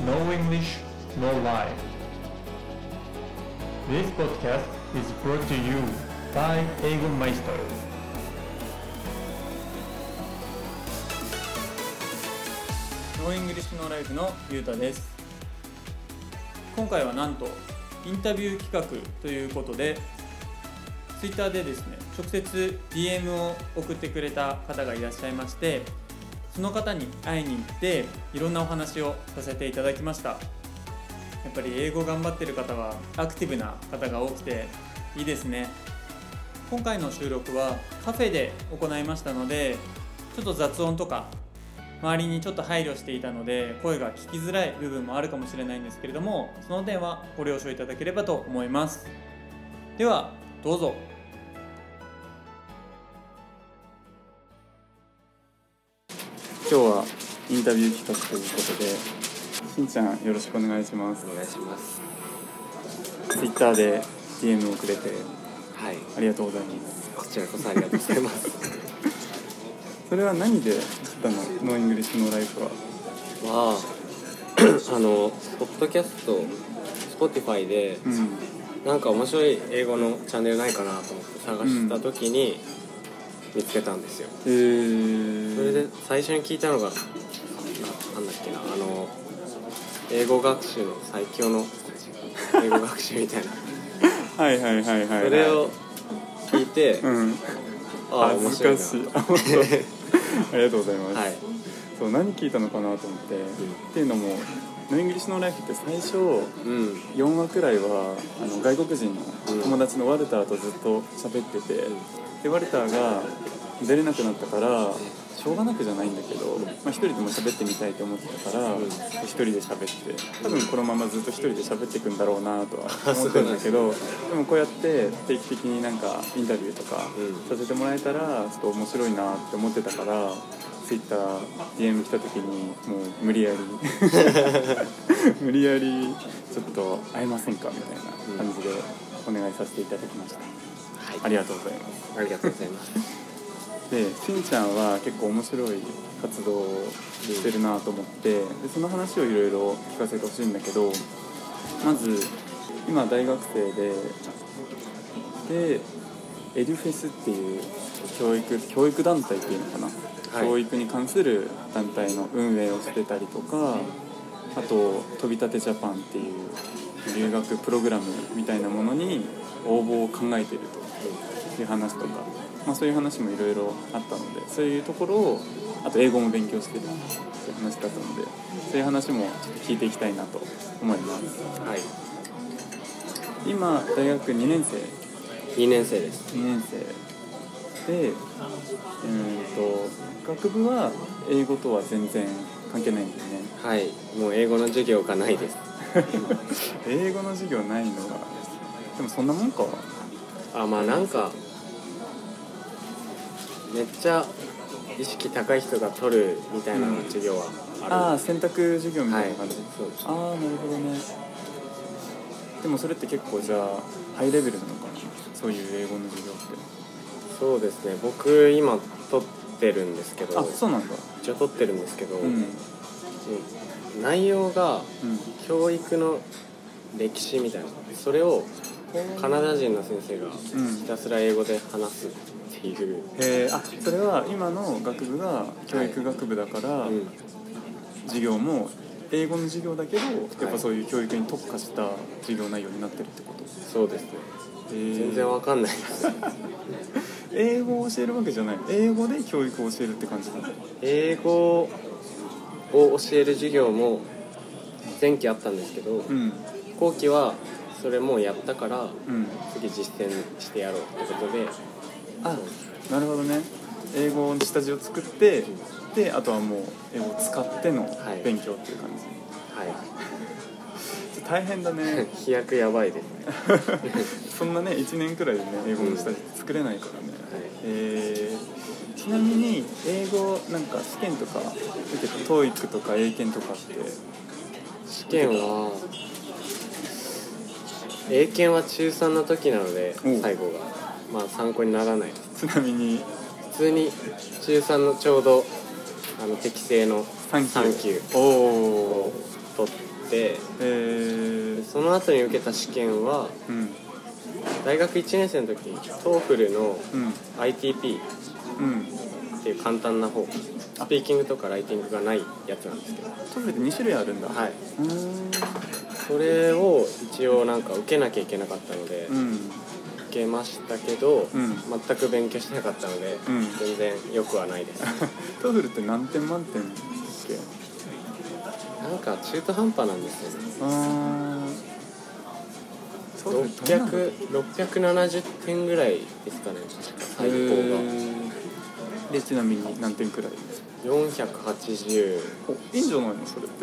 No English, No Life. This podcast is brought to you by 英語マイスター。 ノーイングリッシュノーライフのゆうたです。今回はなんとインタビュー企画ということで、ツイッターでですね、直接 DM を送ってくれた方がいらっしゃいまして、その方に会いに行っていろんなお話をさせていただきました。やっぱり英語頑張ってる方はアクティブな方が多くていいですね。今回の収録はカフェで行いましたので、ちょっと雑音とか周りにちょっと配慮していたので声が聞きづらい部分もあるかもしれないんですけれども、その点はご了承いただければと思います。ではどうぞ。今日はインタビュー企画ということで、しんちゃんよろしくお願いします。 お願いします。 ツイッターで DM をくれて、 はい、 ありがとうございます。 こちらこそありがとうございますそれは何で知ったの？ノーイングリッシュノーライフは。 ポッドキャスト Spotify で、なんか面白い英語のチャンネルないかなと思って探した時に見つけたんですよ。それで最初に聞いたのがなんだっけな、英語学習の最強の英語学習みたいなはいはいはいはい、 それを聞いて、 恥ずかしいありがとうございます、 はい、 そう何聞いたのかなと思って、っていうのもノーイングリッシュノーライフって最初、4話くらいは外国人の友達のワルターとずっと喋ってて、でワルターが出れなくなったからしょうがなくじゃないんだけど、一人でも喋ってみたいと思ってたから、一人で喋って、多分このままずっと一人で喋っていくんだろうなとは思ってるんだけどでもこうやって定期的になんかインタビューとかさせてもらえたらちょっと面白いなって思ってたから、ツイッター DM 来た時にもう無理やり無理やりちょっと会えませんかみたいな感じでお願いさせていただきました、はい、ありがとうございます。 ありがとうございますで、しんちゃんは結構面白い活動をしてるなと思って、でその話をいろいろ聞かせてほしいんだけど、まず今大学生でエデュフェスっていう教育団体っていうのかな、はい、教育に関する団体の運営をしてたりとか、あと飛び立てジャパンっていう留学プログラムみたいなものに応募を考えているという話とか、そういう話もいろいろあったので、そういうところを、あと英語も勉強してるっていう話だったので、そういう話もちょっと聞いていきたいなと思います。はい。今大学2年生です。2年生で、学部は英語とは全然関係ないんだよね。 はい、もう英語の授業がないです英語の授業ないのはでもそんなもんか。 なんかめっちゃ意識高い人が取るみたいな授業はある、 選択授業みたいな感じ、 はい、そうです。 なるほどね。でもそれって結構じゃあハイレベルなのかな、そういう英語の授業って。 そうですね、僕今取ってるんですけど。 そうなんだ。 一応取ってるんですけど、内容が教育の歴史みたいな、それをカナダ人の先生がひたすら英語で話すっていう、 それは今の学部が教育学部だから、授業も英語の授業だけど、やっぱそういう教育に特化した授業内容になってるってこと？ そうですね、全然わかんないです英語を教えるわけじゃない、英語で教育を教えるって感じだね。 英語を教える授業も前期あったんですけど、後期はそれもうやったから、次実践してやろうってことで。 なるほどね。英語の下地を作って、であとはもう英語を使っての勉強っていう感じ。はい。大変だね。 飛躍やばいですねそんなね1年くらいでね英語の下地作れないからね。ちなみに英語なんか試験とか受けた、TOEIC とか英検とかって。 試験は英検は中3の時なので、最後が参考にならないです。 ちなみに普通に中3のちょうど適正の3級を取って、その後に受けた試験は、大学1年生の時に TOEFL の ITP っていう簡単な方、スピーキングとかライティングがないやつなんですけど、 TOEFL って2種類あるんだ。 はい、それを一応なんか受けなきゃいけなかったので、受けましたけど、全く勉強してなかったので、全然良くはないです。 TOEFL って何点満点だっけ？ なんか中途半端なんですよね。670点ぐらいですかね、確か最高が。 でちなみに何点くらい ？480。 いいんじゃないのそれって。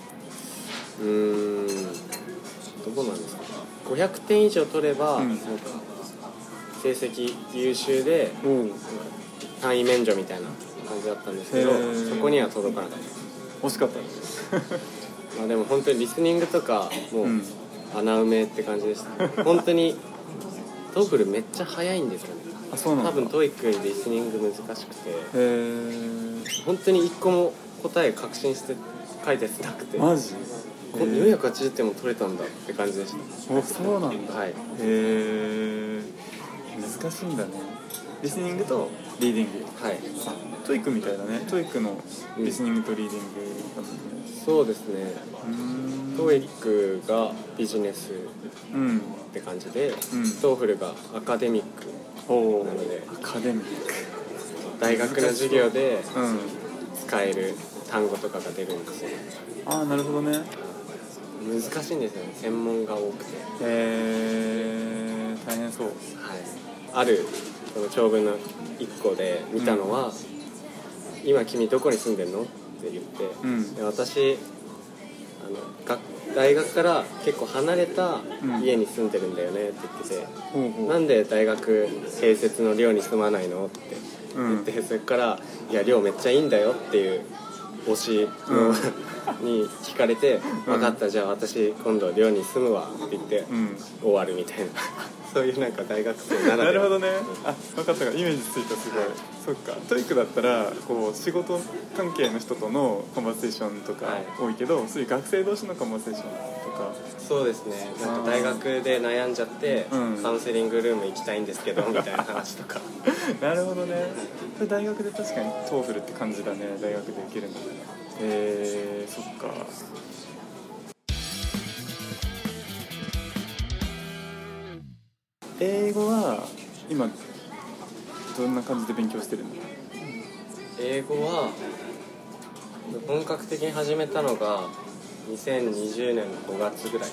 どうなんですか。500点以上取れば、なんか成績優秀で単位免除みたいな感じだったんですけど、そこには届かなかった。 惜しかったね。 まあでも本当にリスニングとかもう穴埋めって感じでした。本当にTOEFLめっちゃ早いんですよね。 あ、そうなんだ。 多分 TOEIC よりリスニング難しくて、本当に1個も答え確信して書いたやつなくて、 マジ 480点も取れたんだって感じでした。 そうなんだ。 はい。 難しいんだね。リスニングとリーディング。 はい。 TOEIC みたいだね。TOEIC のリスニングとリーディングだもんね。 そうですね。TOEIC がビジネスって感じで、TOEFL がアカデミックなので、 アカデミック、 大学の授業で使える単語とかが出るんですよ。 ああ、なるほどね。 難しいんですよね、専門が多くて。 大変そう。 はい。あるその長文の1個で見たのは、今君どこに住んでんのって言って、で私大学から結構離れた家に住んでるんだよねって言ってて、なんで大学併設の寮に住まないのって言って、それからいや寮めっちゃいいんだよっていう推しの、に聞かれて、分かったじゃあ私今度寮に住むわって言って、終わるみたいなそういうなんか大学生ならでは。 なるほどね。あ、分かったからイメージついた。すごい。そっか。TOEIC だったらこう仕事関係の人とのコンバーセーションとか多いけど、そういう学生同士のコンバーセーションとか。 そうですね。なんか大学で悩んじゃって、カウンセリングルーム行きたいんですけどみたいな話とか。 なるほどね。それ大学で確かに TOEFL って感じだね。大学で受けるので。そっか。英語は今どんな感じで勉強してるの？ 英語は本格的に始めたのが2020年5月ぐらい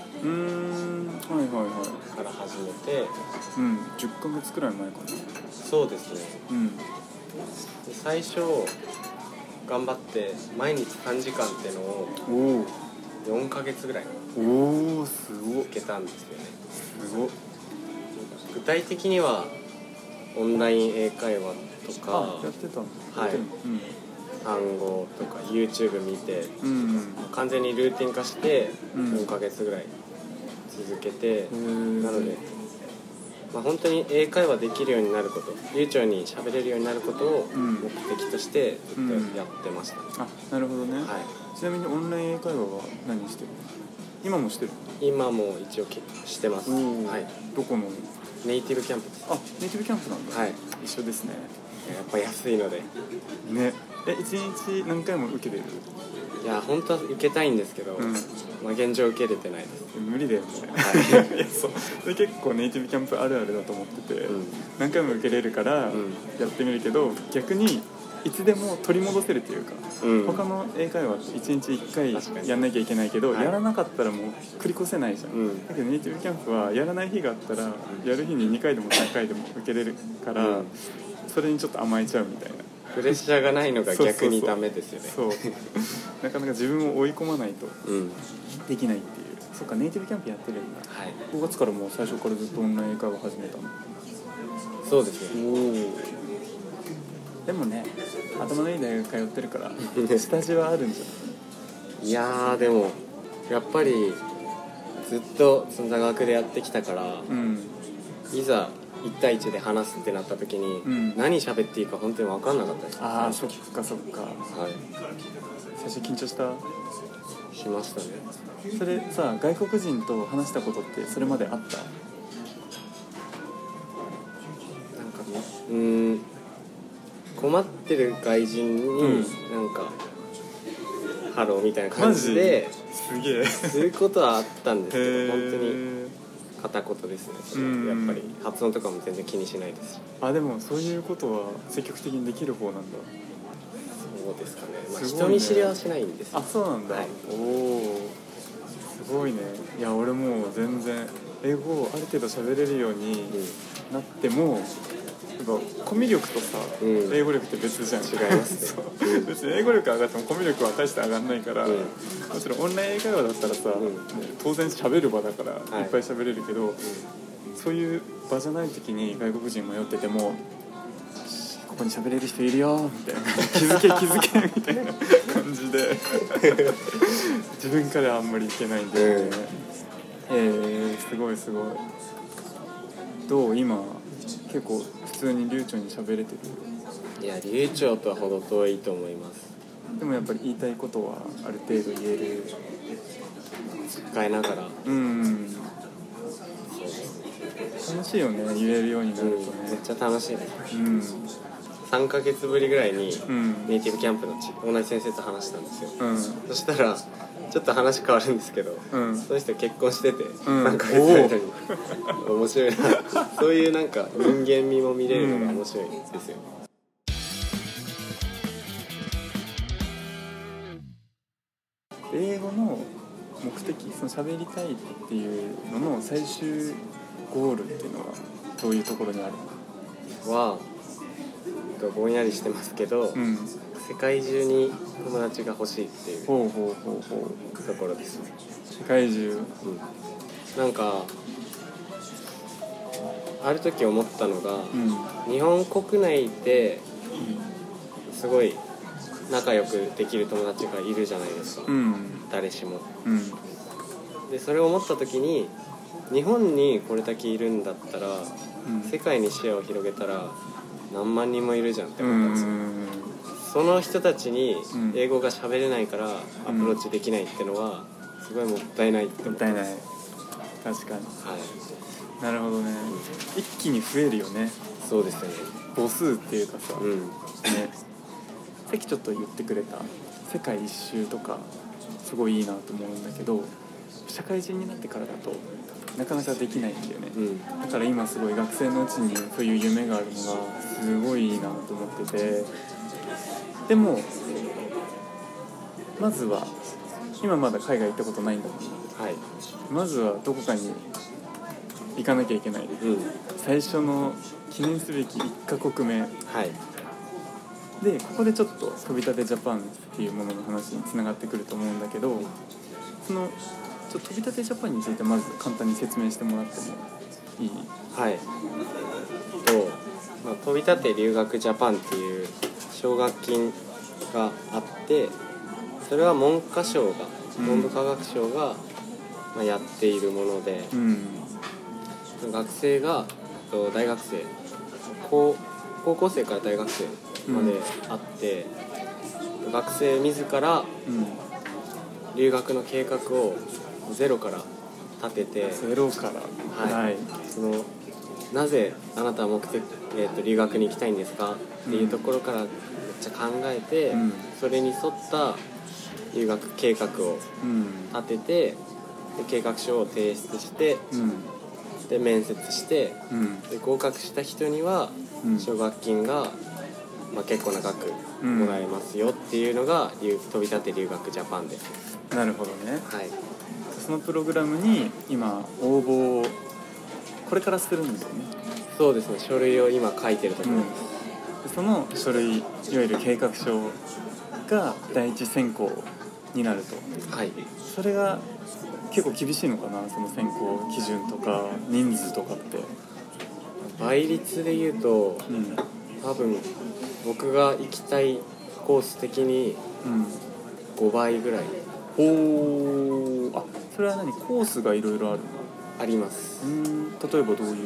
から始めて、 10ヶ月くらい前かな。そうですね。で最初頑張って毎日3時間ってのを4ヶ月ぐらい続けたんですよね。 すごっ。 具体的にはオンライン英会話とかやってたの？ はい、単語とか YouTube 見て、完全にルーティン化して4ヶ月ぐらい続けて、なので、本当に英会話できるようになること、流暢に喋れるようになることを目的としてずっとやってました、 あ、なるほどね、ちなみにオンライン英会話は何してるの？今もしてる？今も一応してます。 どこの？ ネイティブキャンプです。 あ、ネイティブキャンプなんだ。一緒ですね。 やっぱ安いのでね。1日何回も受けれる？ いや本当は受けたいんですけど、現状受けれてないです。 無理だよね。いやそれ結構ネイティブキャンプあるあるだと思ってて、何回も受けれるからやってみるけど、逆にいつでも取り戻せるっていうか、他の英会話って1日1回やんなきゃいけないけど、やらなかったらもう繰り越せないじゃん、だけどネイティブキャンプはやらない日があったらやる日に2回でも3回でも受けれるから、それにちょっと甘えちゃうみたいな。 プレッシャーがないのが逆にダメですよね。 そうなかなか自分を追い込まないとできないっていう、そっか、ネイティブキャンプやってるんだ。5月からもう最初からずっとオンライン英会話始めたの？ そうですよ。 でもね、頭のいい大学通ってるから下地はあるんじゃない？ いやーでもやっぱりずっとその座学でやってきたから、いざ1対1で話すってなった時に、何喋っていいか本当に分かんなかったです。 ああ、そっかそっか。最初緊張した？ しましたね。 それさ、外国人と話したことってそれまであった？ なんか困ってる外人になんか、ハローみたいな感じですげえすることはあったんですけど本当に片言ですね。それやっぱり発音とかも全然気にしないですし。 あ、でもそういうことは積極的にできる方なんだ。 そうですかね、まあ、 すごいね。 人見知りはしないんですよ。 あ、そうなんだ、 はい、 おお、すごいね。いや、俺もう全然英語をある程度喋れるようになっても、やっぱコミュ力とさ、英語力って別じゃん。 違いますね別に英語力上がってもコミュ力は大して上がんないから、もちろんオンライン英会話だったらさ、当然喋る場だからいっぱい喋れるけど、そういう場じゃない時に外国人迷ってても、ここに喋れる人いるよみたいな気づけみたいな感じで自分からあんまりいけないんで、ね、すごいすごい。どう？今結構普通に流暢に喋れてる？ いや、流暢とは程遠いと思います。 でもやっぱり言いたいことはある程度言える？ 使いながら。 楽しいよね、言えるようになるとね。 めっちゃ楽しいです。3ヶ月ぶりぐらいにネイティブキャンプの同じ先生と話したんですよ。そしたらちょっと話変わるんですけど、その人結婚してて、3ヶ月の間に面白いなそういうなんか人間味も見れるのが面白いですよ。 英語の目的、その喋りたいっていうのの最終ゴールっていうのはどういうところにあるの？ はぼんやりしてますけど、世界中に友達が欲しいっていうところですね。 世界中、 なんかある時思ったのが、日本国内ですごい仲良くできる友達がいるじゃないですか、誰しも、でそれを思った時に、日本にこれだけいるんだったら、世界に視野を広げたら何万人もいるじゃんって思ったんですよ。その人たちに英語が喋れないからアプローチできないってのはすごいもったいないって思ったんです。 もったいない。確かに、なるほどね。一気に増えるよね。 そうですね、 母数っていうかさ、ね、さっきちょっと言ってくれた世界一周とかすごいいいなと思うんだけど、社会人になってからだとなかなかできないんだよね、だから今すごい学生のうちにそういう夢があるのがすごいいいなと思ってて、でもまずは今まだ海外行ったことないんだもんね、まずはどこかに行かなきゃいけない、最初の記念すべき1カ国目、でここでちょっと飛び立てジャパンっていうものの話につながってくると思うんだけど、その飛び立てジャパンについてまず簡単に説明してもらってもいい？ 飛び立て留学ジャパンっていう奨学金があって、それは文部科学省がやっているもので、学生が大学生、高校生から大学生まであって、学生自ら留学の計画をゼロから立てて、なぜあなたは留学に行きたいんですかっていうところからめっちゃ考えて、それに沿った留学計画を立てて、で計画書を提出して、で面接して、で合格した人には奨学金が、結構な額もらえますよっていうのが飛び立て留学ジャパンです。 なるほどね。そのプログラムに今応募をこれからするんですよね。 そうですね、書類を今書いてるところです、 その書類、いわゆる計画書が第一選考になると、それが結構厳しいのかな、その選考基準とか人数とかって。 倍率で言うと、多分僕が行きたいコース的に5倍ぐらい。それは何、コースがいろいろあるの？ あります。 例えばどういう？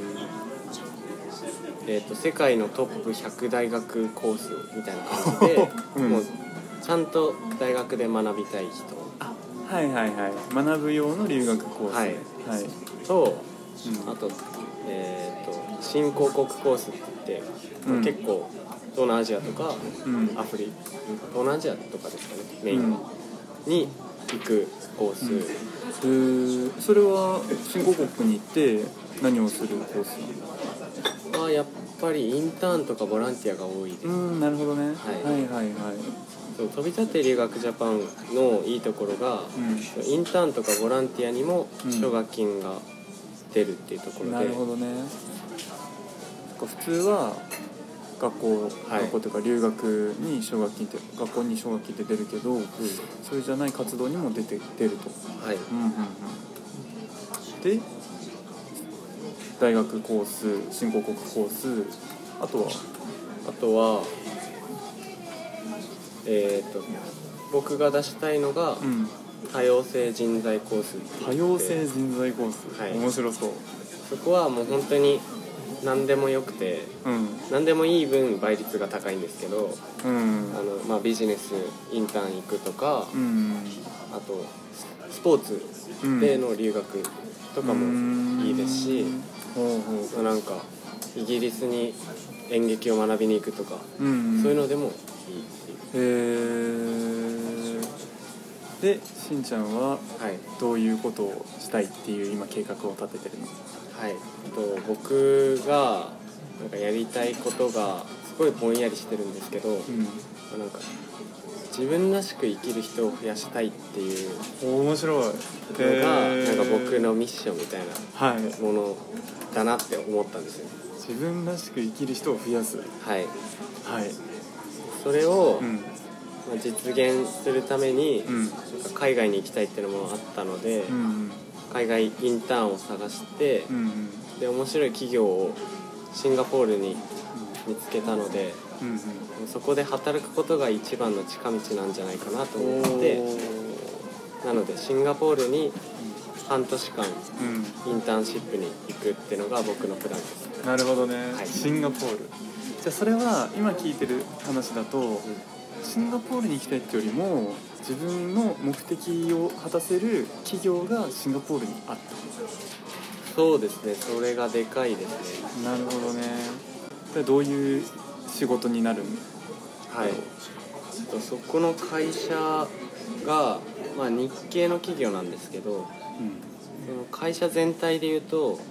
世界のトップ100大学コースみたいな感じで、もうちゃんと大学で学びたい人はいはいはい、学ぶ用の留学コース、 はいはい、 と、 うんあと新興国コースって言って、 うん結構東南アジアとか、 うん東南アジアとかですかね、メインは、に行くコース、 それは新興国に行って何をするコースなの？ はやっぱりインターンとかボランティアが多いです。 なるほどね、 はいはいはいはい。 そう飛び立て留学ジャパンのいいところが、インターンとかボランティアにも奨学金が出るっていうところで、 なるほどね。普通は学校というか留学に奨学金って学校に奨学金って出るけど、それじゃない活動にも出ると。 はい、 で大学コース、新興国コース、あとは僕が出したいのが、多様性人材コースって言って、 多様性人材コース、はい、面白そう。 そこはもう本当に何でもよくて、何でもいい分倍率が高いんですけど、ビジネスインターン行くとか、あとスポーツでの留学とかもいいですし、なんかイギリスに演劇を学びに行くとか、そういうのでもいいっていう。 で、しんちゃんはどういうことをしたいっていう今計画を立ててるの？ はい、僕がなんかやりたいことがすごいぼんやりしてるんですけど、なんか自分らしく生きる人を増やしたいっていう面白いのが、なんか僕のミッションみたいなものだなって思ったんですよ。 自分らしく生きる人を増やす。 はい、 はい、 それを、実現するために、なんか海外に行きたいっていうのもあったので、海外インターンを探して、で面白い企業をシンガポールに見つけたので、そこで働くことが一番の近道なんじゃないかなと思って、なのでシンガポールに半年間インターンシップに行くっていうのが僕のプランです。 なるほどね、 はい、 シンガポール。じゃあそれは今聞いてる話だと、シンガポールに行きたいってよりも自分の目的を果たせる企業がシンガポールにあった。 そうですね、それがでかいですね。 なるほどね。でどういう仕事になるの？ はい、そこの会社が、日系の企業なんですけど、その会社全体でいうと、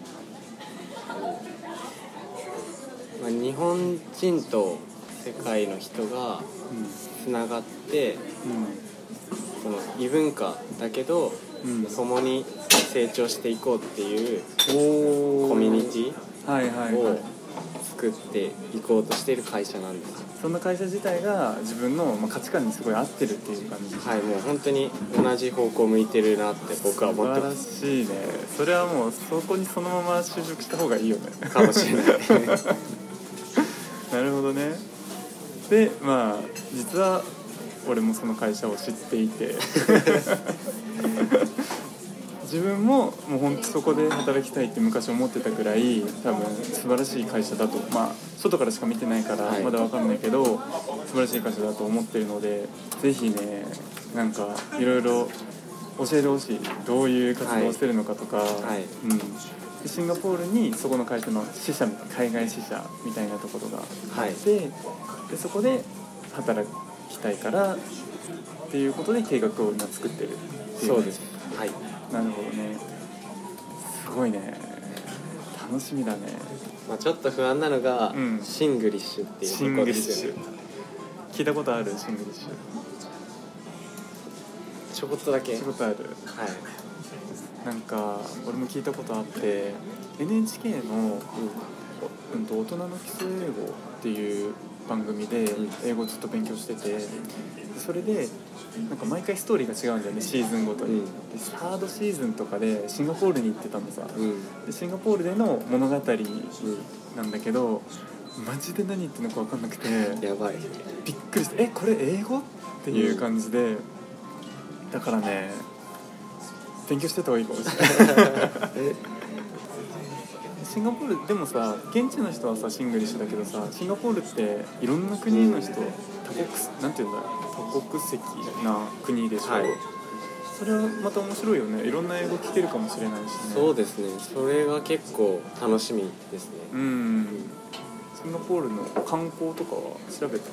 日本人と世界の人がつながって、その異文化だけど、共に成長していこうっていうコミュニティを作っていこうとしている会社なんです。 その会社自体が自分の価値観にすごい合ってるっていう感じ。 はい、もう本当に同じ方向向いてるなって僕は思ってます。 素晴らしいね。それはもうそこにそのまま就職した方がいいよね。 かもしれないなるほどね。で実は俺もその会社を知っていて自分ももう本当そこで働きたいって昔思ってたくらい多分素晴らしい会社だと、外からしか見てないからまだ分かんないけど、素晴らしい会社だと思ってるので、ぜひね、なんかいろいろ教えてほしい。どういう活動をしてるのかとか、でシンガポールにそこの会社の支社、海外支社みたいなところがあって、でそこで働きたいからっていうことで計画を今作ってるっていう。 そうです。はい。 なるほどね。すごいね。楽しみだね。 ちょっと不安なのが、シングリッシュっていうところですよね。 聞いたことある？シングリッシュ。 ちょこっとだけ。 ちょこっとある。 はい。 なんか俺も聞いたことあって、 NHK の、大人の基礎英語っていう番組で英語をずっと勉強してて、それでなんか毎回ストーリーが違うんだよね、シーズンごとに。でサードシーズンとかでシンガポールに行ってたのさ、でシンガポールでの物語なんだけど、マジで何言ってるのか分かんなくてやばい、 びっくりして、これ英語っていう感じで、だからね勉強してた方がいいかもしれないシンガポールでもさ、現地の人はさシングリッシュだけどさ、シンガポールっていろんな国の人、なんていうんだろう、多国籍な国でしょ、 それはまた面白いよね。いろんな英語聞けるかもしれないしね。 そうですね、それが結構楽しみですね。 シンガポールの観光とかは調べた？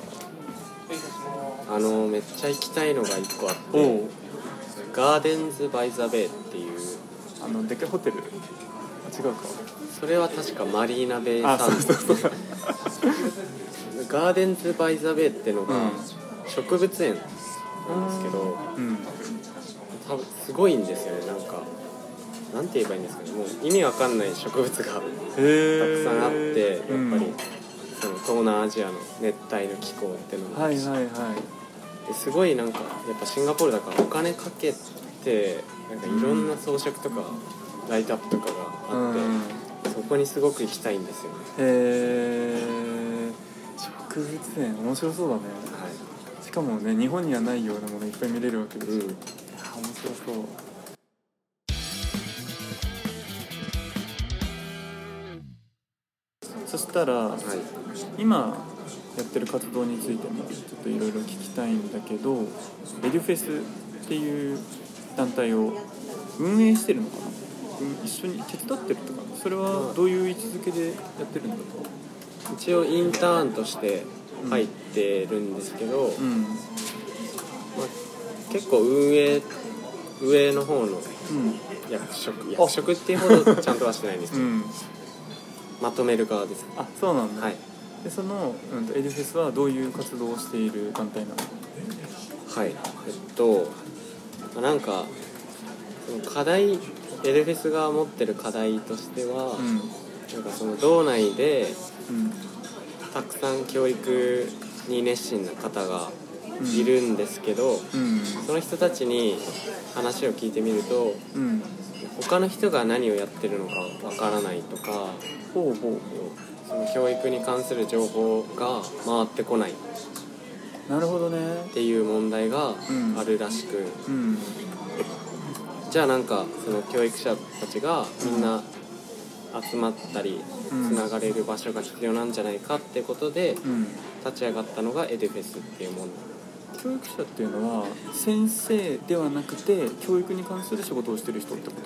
めっちゃ行きたいのが1個あって、ガーデンズ・バイ・ザ・ベイっていうでっかいホテル？違うか。 それは確かマリーナベイサンド。ガーデンズ・バイ・ザ・ベイってのが植物園なんですけど、多分すごいんですよね。なんて言えばいいんですかね、もう意味わかんない植物がたくさんあって、やっぱりその東南アジアの熱帯の気候っていうのもすごいやっぱシンガポールだからお金かけていろんな装飾とかライトアップとかがあって、そこにすごく行きたいんですよね。 植物園面白そうだね。しかもね、日本にはないようなものいっぱい見れるわけでしょ。面白そう。そしたら、今やってる活動についてもちょっといろいろ聞きたいんだけど、エデュフェスっていう団体を運営してるのかな、一緒に手伝ってるとか、それはどういう位置づけでやってるんだろう？ 一応インターンとして入ってるんですけど、結構上の方の役職っていうほどちゃんとはしてないんですけど、まとめる側です。 あ、そうなんだ。 はい。 でその、エデュフェスはどういう活動をしている団体なの？ はい、その課題、エデュフェスが持ってる課題としては、その道内でたくさん教育に熱心な方がいるんですけど、その人たちに話を聞いてみると、他の人が何をやってるのかわからないとか、その教育に関する情報が回ってこない、 なるほどねっていう問題があるらしく、じゃあその教育者たちがみんな集まったりつながれる場所が必要なんじゃないかってことで立ち上がったのがエデュフェスっていうもの。 教育者っていうのは先生ではなくて教育に関する仕事をしてる人ってこと？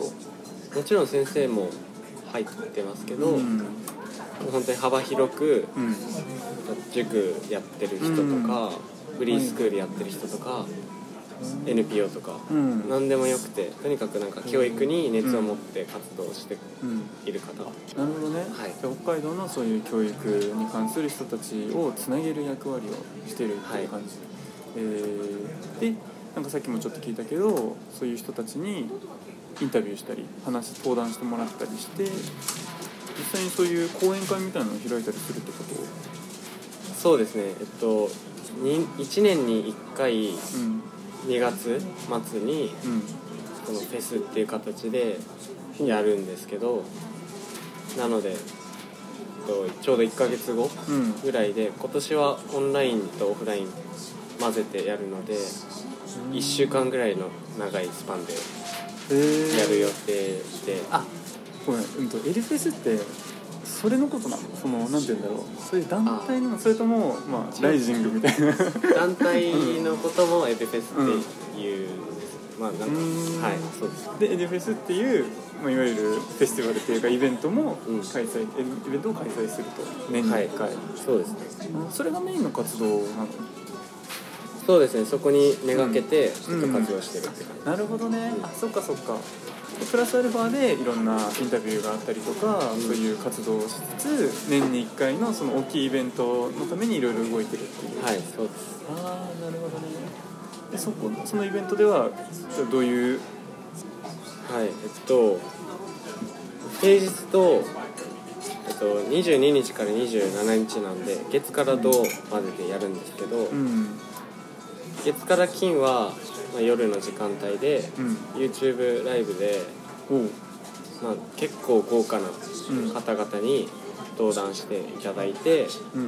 もちろん先生も入ってますけど、本当に幅広く、塾やってる人とか、フリースクールやってる人とか、NPO とか、何でもよくて、とにかく教育に熱を持って活動している方、 なるほどね、じゃあ北海道のそういう教育に関する人たちをつなげる役割をしてるっていう感じ、でさっきもちょっと聞いたけど、そういう人たちにインタビューしたり登壇してもらったりして、実際にそういう講演会みたいなのを開いたりするってこと？ そうですね、1年に1回、2月末に、このフェスっていう形でやるんですけど、なので、ちょうど1ヶ月後ぐらいで、今年はオンラインとオフライン混ぜてやるので、1週間ぐらいの長いスパンでやる予定で、 ごめん、エデュフェスってそれのことなの？なんて言うんだろう、そういう団体なの？それとも、ライジングみたいな団体のこともエデュフェスっていうんです。はい、そうです。 でエデュフェスっていう、いわゆるフェスティバルっていうかイベントも開催、イベントを開催すると、年に1回、 そうですね。 それがメインの活動なの？ そうですね、そこにめがけてずっと活動してるって感じ。 なるほどね。そっかそっか。プラスアルファでいろんなインタビューがあったりとか、そういう活動をしつつ、年に1回のその大きいイベントのためにいろいろ動いてるっていう。 はい、そうです。 なるほどね。でそのイベントではどういう？ 平日と、22日から27日なんで、月から土まででやるんですけど、月から金は、夜の時間帯で、YouTube ライブで、結構豪華な方々に登壇していただいて、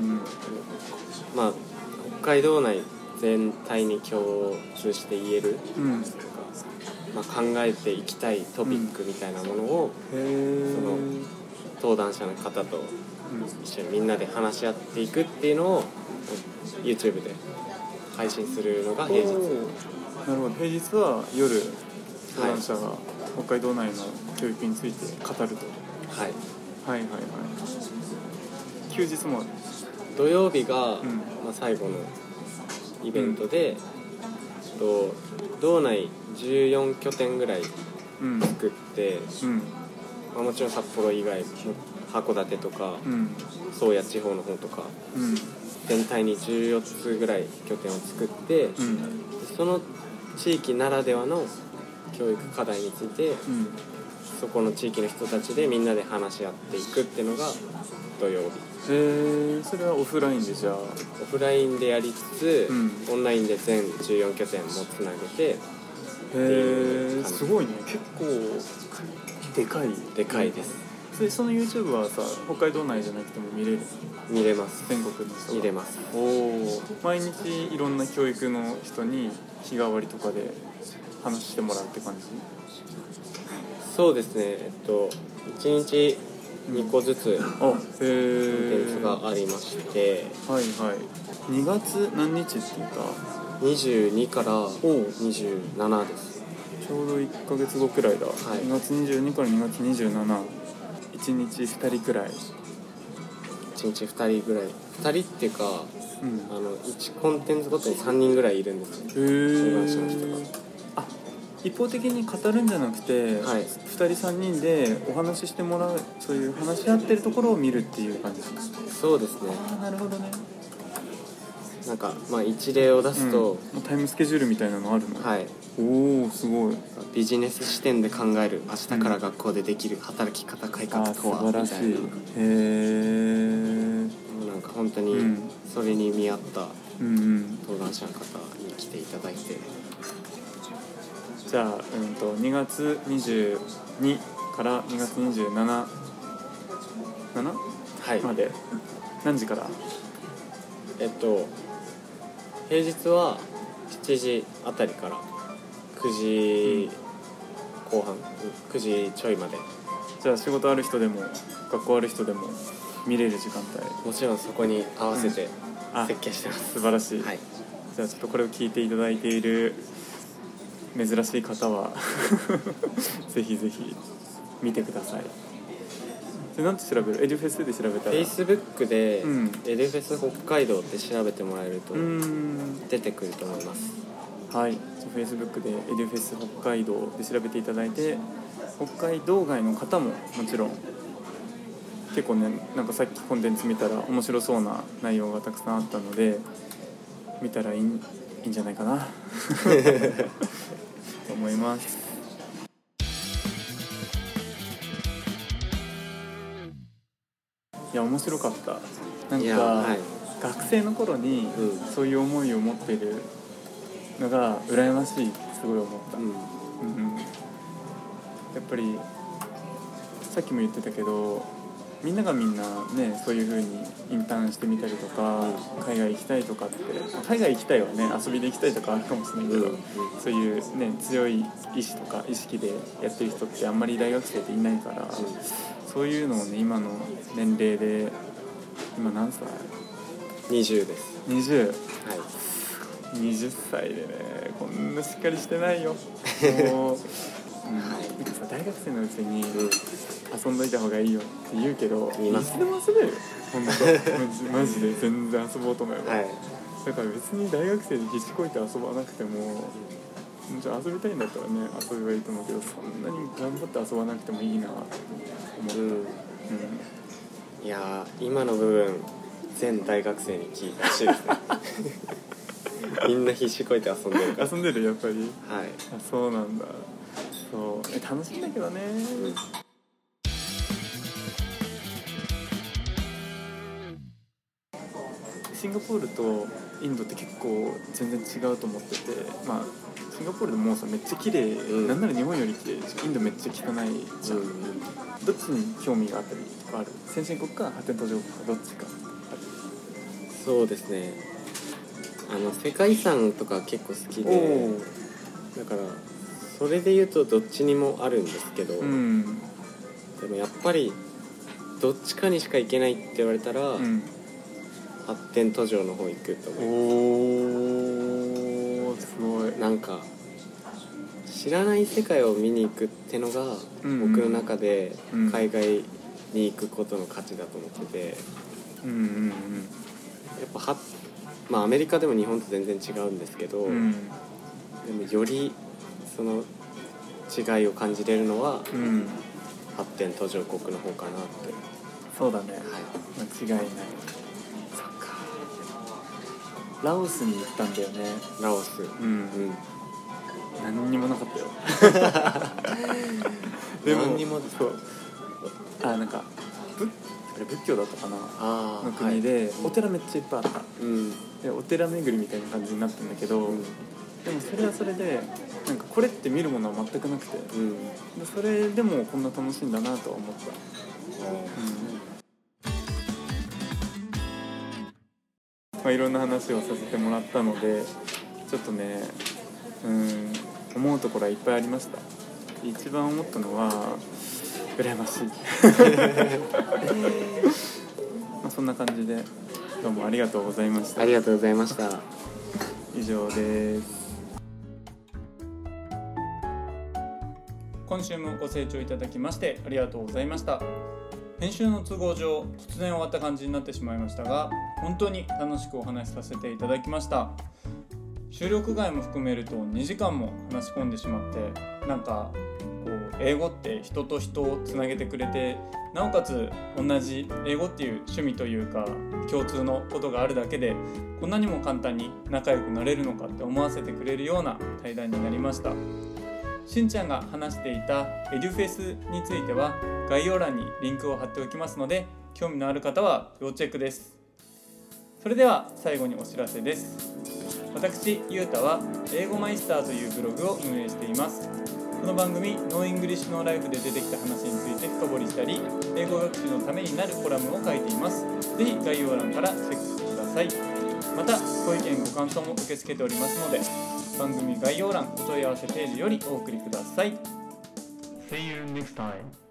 北海道内全体に共通して言える、考えていきたいトピックみたいなものを、その登壇者の方と一緒にみんなで話し合っていくっていうのを YouTube で配信するのが平日。 なるほど。平日は夜相談者が北海道内の教育について語ると。 はい、 はいはいはい。休日もある。 土曜日が、 うん最後のイベントで、道内14拠点ぐらいうん作って、 うんもちろん札幌以外も函館とか、宗谷地方の方とかうん全体に14つぐらい拠点を作って、その地域ならではの教育課題について、そこの地域の人たちでみんなで話し合っていくっていうのが土曜日。 それはオフラインでじゃあ。 オフラインでやりつつ、オンラインで全14拠点もつなげて、 すごいね。結構でかい。 でかいです。 その YouTube はさ、北海道内じゃなくても見れます。 全国の人が見れます。 毎日いろんな教育の人に日替わりとかで話してもらうって感じ？ そうですね。1日2個ずつコンテンツがありまして、 はいはい。2月何日って言った？ 22から27です。 ちょうど1ヶ月後くらいだ。2月22から2月27、1日2人くらい。 1日2人ぐらい。2人っていうか、1コンテンツごとに3人ぐらいいるんですよ。相談者の人が。 一方的に語るんじゃなくて、2人3人でお話ししてもらう、そういう話し合ってるところを見るっていう感じです。 そうですね。 なるほどね。 なんか一例を出すと、 タイムスケジュールみたいなのあるの？ はい。 おお、すごい。 ビジネス視点で考える明日から学校でできる働き方改革とは、 素晴らしい。 なんか本当にそれに見合った登壇者の方に来ていただいて、 じゃあ、2月22から2月27、 はい、 まで何時から？ 平日は7時あたりから9時後半、9時ちょいまで。 じゃあ仕事ある人でも学校ある人でも見れる時間帯？ もちろんそこに合わせて設計してます。 素晴らしい。 はい、 じゃあちょっとこれを聞いていただいている珍しい方はぜひぜひ見てください。なんて調べる？エデュフェスで調べたら Facebook で、エデュフェス北海道って調べてもらえると出てくると思います。 はい、Facebook でエデュフェス北海道で調べていただいて、北海道外の方ももちろん結構ね、なんかさっきコンテンツ見たら面白そうな内容がたくさんあったので見たらいいんじゃないかなと思います。いや面白かった。なんか、学生の頃にそういう思いを持っているのが羨ましいってすごい思った。やっぱりさっきも言ってたけど、みんながみんなね、そういう風にインターンしてみたりとか、海外行きたいとかって、海外行きたいはね、遊びで行きたいとかあるかもしれないけど、そういうね、強い意志とか意識でやってる人ってあんまり大学生っていないから、そういうのをね、今の年齢で、今何歳 ？20です。 20、 はい、 20歳でね、こんなしっかりしてないよもうなんかさ、大学生のうちに遊んどいた方がいいよって言うけど、いつでも遊べるよ本当マジで全然遊ぼうと思えば、だから別に大学生で必死こいて遊ばなくても、じゃあ遊びたいんだったらね遊べばいいと思うけど、そんなに頑張って遊ばなくてもいいなって思った。 いや今の部分全大学生に聞いてほしいですねみんな必死こいて遊んでるから。 遊んでるやっぱり。 はい。 そうなんだ。そう楽しいんだけどね。シンガポールとインドって結構全然違うと思ってて、まあシンガポールでもうさめっちゃ綺麗、なんなら日本より綺麗でしょ。インドめっちゃ汚いじゃん。どっちに興味があったりとかある？先進国か発展途上国かどっちかある？ そうですね。世界遺産とか結構好きで、だからそれで言うとどっちにもあるんですけど、でもやっぱりどっちかにしか行けないって言われたら、発展途上の方行くと思う。 すごい。 なんか知らない世界を見に行くってのが、僕の中で海外に行くことの価値だと思ってて、やっぱまあアメリカでも日本と全然違うんですけど、でもよりその違いを感じれるのは、発展途上国の方かなって。 そうだね、間違いない。 そっか。 ラオスに行ったんだよね。 ラオス、 何にもなかったよでも何にもそうなんか仏教だったかなの国で、お寺めっちゃいっぱいあった、でお寺巡りみたいな感じになったんだけど、でもそれはそれでなんかこれって見るものは全くなくて、でそれでもこんな楽しいんだなとは思った。いろんな話をさせてもらったので、ちょっとね、思うところはいっぱいありました。一番思ったのは羨ましいそんな感じでどうもありがとうございました。 ありがとうございました。 以上です。今週もご清聴いただきましてありがとうございました。編集の都合上突然終わった感じになってしまいましたが、本当に楽しくお話しさせていただきました。収録外も含めると2時間も話し込んでしまって、なんかこう英語って人と人をつなげてくれて、なおかつ同じ英語っていう趣味というか共通のことがあるだけでこんなにも簡単に仲良くなれるのかって思わせてくれるような対談になりました。しんちゃんが話していたエデュフェスについては概要欄にリンクを貼っておきますので、興味のある方は要チェックです。それでは最後にお知らせです。私、ゆうたは英語マイスターというブログを運営しています。この番組ノーイングリッシュノーライフで出てきた話について深掘りしたり、英語学習のためになるコラムを書いています。ぜひ概要欄からチェックしてください。またご意見ご感想も受け付けておりますので、番組概要欄お問い合わせページよりお送りください。 See you next time.